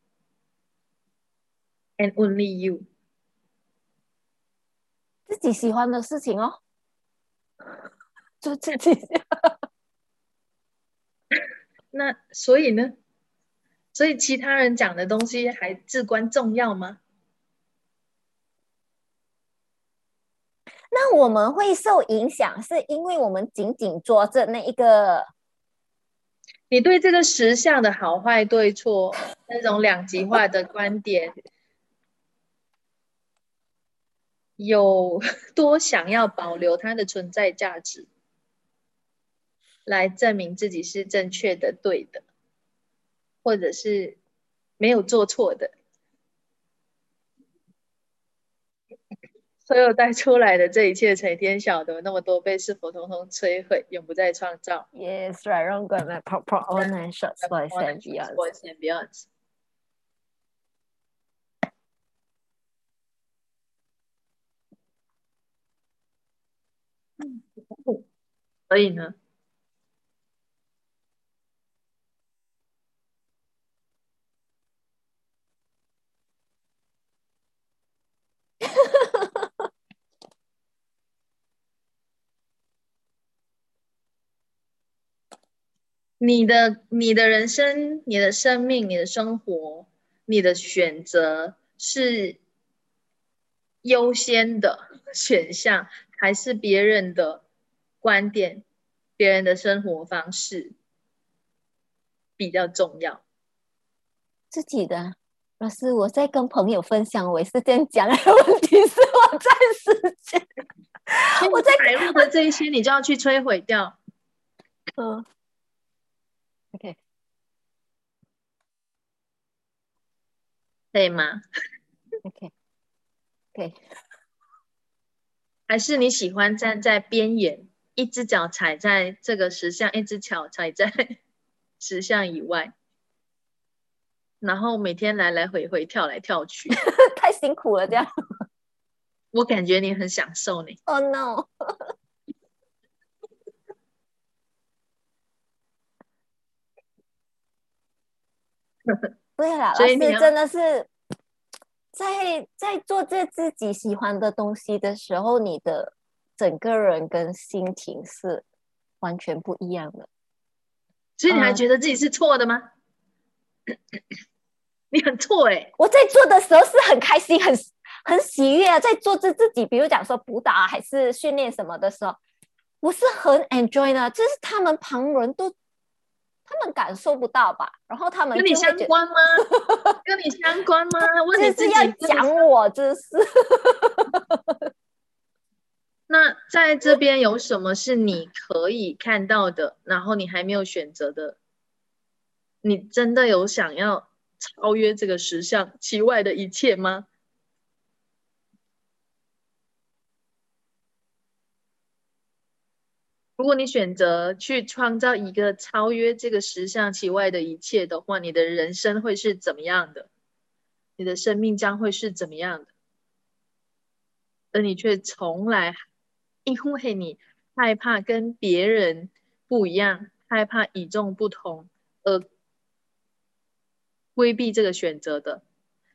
and only you？
自己喜欢的事情哦，做自己。
那所以呢？所以其他人讲的东西还至关重要吗？
那我们会受影响，是因为我们仅仅做着那一个。
你对这个实相的好坏对错那种两极化的观点，有多想要保留它的存在价值，来证明自己是正确的、对的，或者是没有做错的？所有带出来的这一切，谁天晓得？那么多被是否统统摧毁，永不再创造。
Yes, right. I'm gonna pop pop all nine shots for and beyond.
Boys and beyond。所以呢，你的你的人生、你的生命、你的生活、你的选择是优先的选项，还是别人的观点、别人的生活方式比较重要？
自己的。老师，我在跟朋友分享，我也是这样讲。问题是我在实践，
所以你
我在
踩入的这一些，你就要去摧毁掉，
嗯，OK，
对吗？
OK，对，
还是你喜欢站在边缘，一只脚踩在这个石像，一只脚踩在石像以外，然后每天来来回回跳来跳去？
太辛苦了，这样。
我感觉你很享受呢。
Oh no！对了，老师
所以你要
真的是在在做这自己喜欢的东西的时候，你的整个人跟心情是完全不一样的。
所以你还
嗯，
觉得自己是错的吗？你很错哎、欸。
我在做的时候是很开心、很很喜悦啊，在做着自己，比如讲说补打还是训练什么的时候，我是很 enjoy 的。这是他们旁人都他们感受不到吧？然后他们
跟你
就会觉得，
相关吗？跟你相关吗？问你
就是要
自己跟你
讲我，就是
那在这边有什么是你可以看到的，然后你还没有选择的？你真的有想要超越这个实相其外的一切吗？如果你选择去创造一个超越这个实相其外的一切的话，你的人生会是怎么样的？你的生命将会是怎么样的？而你却从来因为你害怕跟别人不一样，害怕与众不同，而规避这个选择的。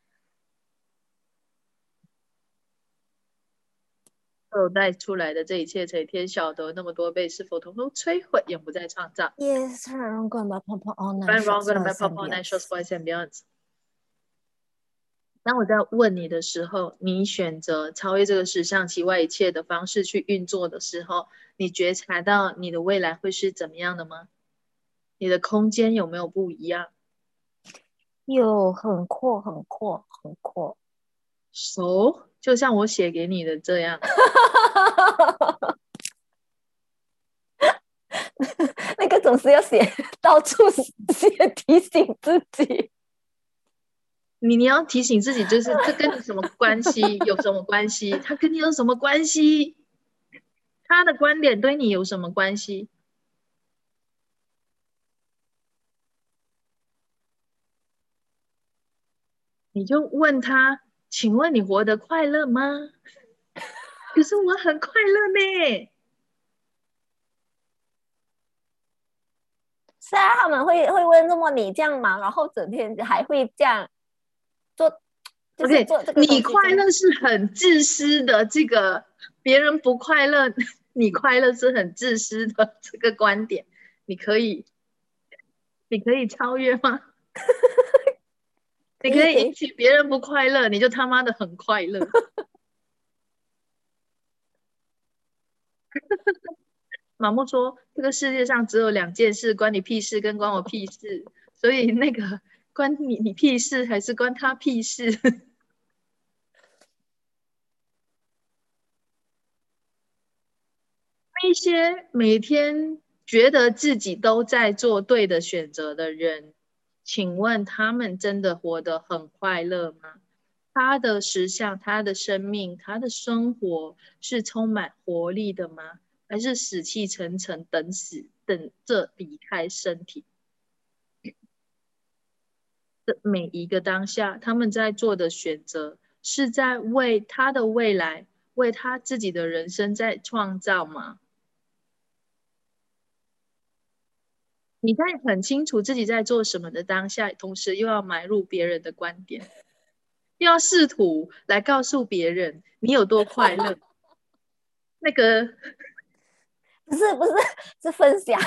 所带出来的这一切，谁天晓得？那么多被是否统统摧毁，永不再创造。
Yes, I'm gonna pop all nine
Run, run,
shots
gonna
for
back, pop,
and
all nine shots,
beyond.
boys and beyond。当我在问你的时候，你选择超越这个实相其外一切的方式去运作的时候，你觉察到你的未来会是怎么样的吗？你的空间有没有不一样？
有很阔，很阔，很阔。
熟，就像我写给你的这样。
那总是要写到处写提醒自己。
你你要提醒自己，就是这跟你什么关系？有什么关系？他跟你有什么关系？他的观点对你有什么关系？你就问他，请问你活得快乐吗？可是我很快乐呢。
是啊，他们会会问，那么你这样忙，然后整天还会这样做，就是
OK，
做这个
你
东西，这样
快乐是很自私的，这个别人不快乐，你快乐是很自私的这个观点，你可以，你可以超越吗？你可以引
可以可以。
起别人不快乐，你就他妈的很快乐。马木说：“这个世界上只有两件事，关你屁事跟关我屁事，所以那个关你你屁事还是关他屁事？”那些每天觉得自己都在做对的选择的人，请问他们真的活得很快乐吗？他的实相、他的生命、他的生活是充满活力的吗？还是死气沉沉，等死，等着离开身体？的每一个当下，他们在做的选择，是在为他的未来、为他自己的人生在创造吗？你在很清楚自己在做什么的当下，同时又要埋入别人的观点，又要试图来告诉别人你有多快乐。那个
不是不是是分享。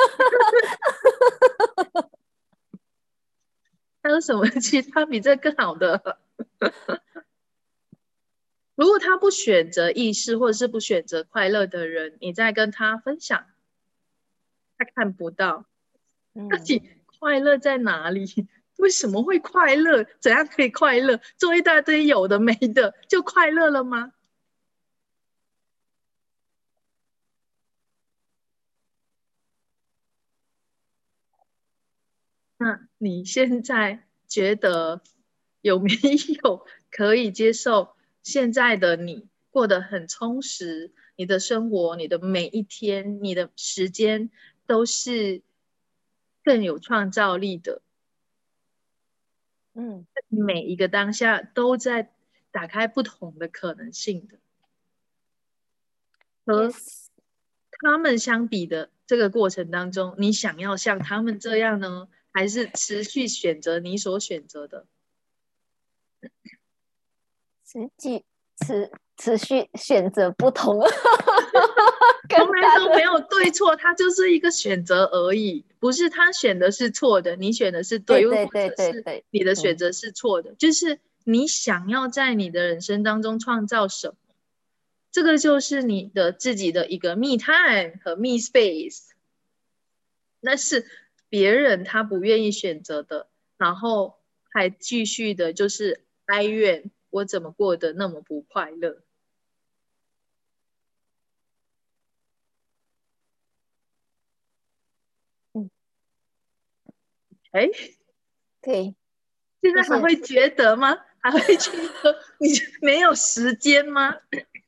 还有什么其他比这更好的？如果他不选择意识，或者是不选择快乐的人，你在跟他分享，他看不到到
嗯，
底快乐在哪里？为什么会快乐？怎样可以快乐？做一大堆有的没的，就快乐了吗？那你现在觉得有没有可以接受现在的你过得很充实？你的生活，你的每一天，你的时间都是更有创造力的。
嗯
每一个当下都在打开不同的可能性的。和
，yes。
他们相比的这个过程当中，你想要像他们这样呢，还是持续选择你所选择的？
持续持持续选择不同。
从
更大的。
来都没有对错，它就是一个选择而已，不是他选的是错的，你选的是对，又或
对对对
者是
对对。
你的选
嗯
择是错的，就是你想要在你的人生当中创造什么，这个就是你的自己的一个 me time 和 me space，那是别人他不愿意选择的，然后还继续的就是哀怨我怎么过得那么不快乐。
嗯，
哎，
可以。
现在还
谢谢。
会觉得吗？还会觉得你没有时间吗？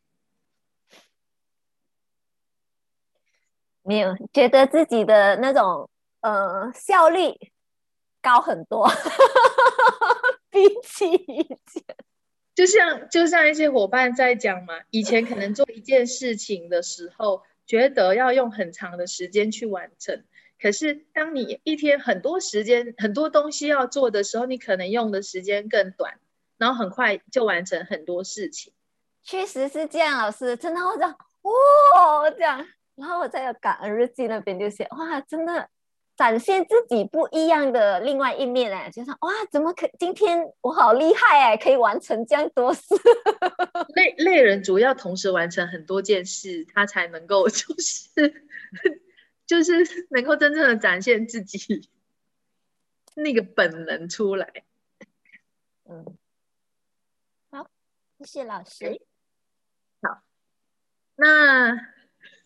没有觉得自己的那种呃效率高很多。比起以前。
就像就像一些伙伴在讲嘛，以前可能做一件事情的时候，觉得要用很长的时间去完成。可是当你一天很多时间、很多东西要做的时候，你可能用的时间更短，然后很快就完成很多事情。
确实是这样，老师真的会这样哦，这样，然后我在感恩日记那边就写哇，真的展现自己不一样的另外一面哎，就是哇，怎么可今天我好厉害哎，可以完成这样多事。
类类人主要同时完成很多件事，他才能够就是就是能够真正的展现自己那个本能出来。
嗯，好，谢谢老师。
OK，好，那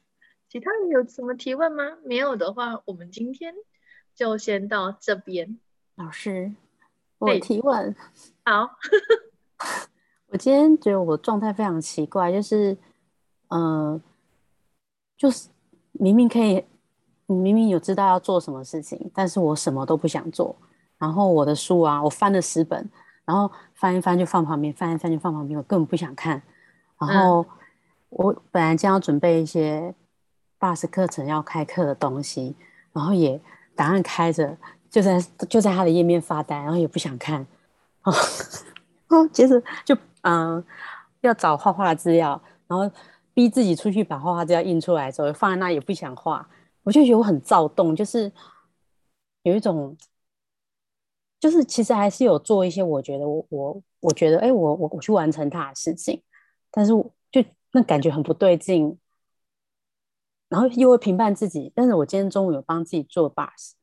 其他人有什么提问吗？没有的话，我们今天就先到这边。
老师，我
嘿，
提问。
好，
我今天觉得我状态非常奇怪，就是，呃，就是明明可以，明明有知道要做什么事情，但是我什么都不想做。然后我的书啊，我翻了十本，然后翻一翻就放旁边，翻一翻就放旁边，我根本不想看。然
嗯
后我本来将要准备一些 B U S 课程要开课的东西，然后也档案开着，就在就在他的页面发呆，然后也不想看。哦，哦，接着就嗯、呃要找画画的资料，然后逼自己出去把画画资料印出来的时候，放在那也不想画，我就觉得我很躁动，就是有一种，就是其实还是有做一些我觉得我我我觉得哎、诶我我我去完成它的事情，但是我就那感觉很不对劲，然后又会评判自己，但是我今天中午有帮自己做 B U S，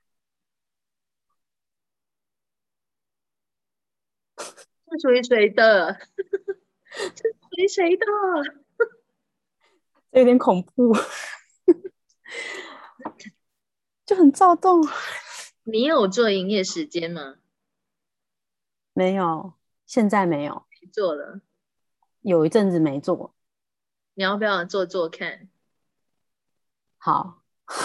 是属于谁的？是属于谁的？
这有点恐怖，就很躁动。
你有做营业时间吗？
没有，现在没有，
你做了，
有一阵子没做。
你要不要做做看？
好，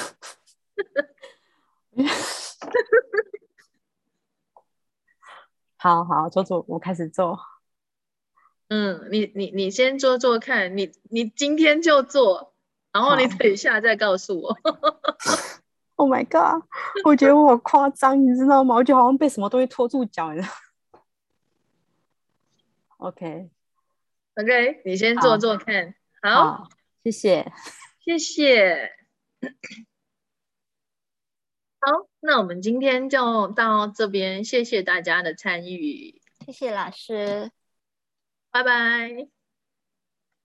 好好做做，我开始做。
嗯，你你你先做做看，你你今天就做，然后你
好
等一下再告诉我。
，Oh my god，我觉得我好夸张，你知道吗？我觉得好像被什么东西拖住脚，你知道？OK，
OK，你先做
好，
做看。好，
好，谢谢。
谢谢。好，那我们今天就到这边，谢谢大家的参与，
谢谢老师。
拜拜。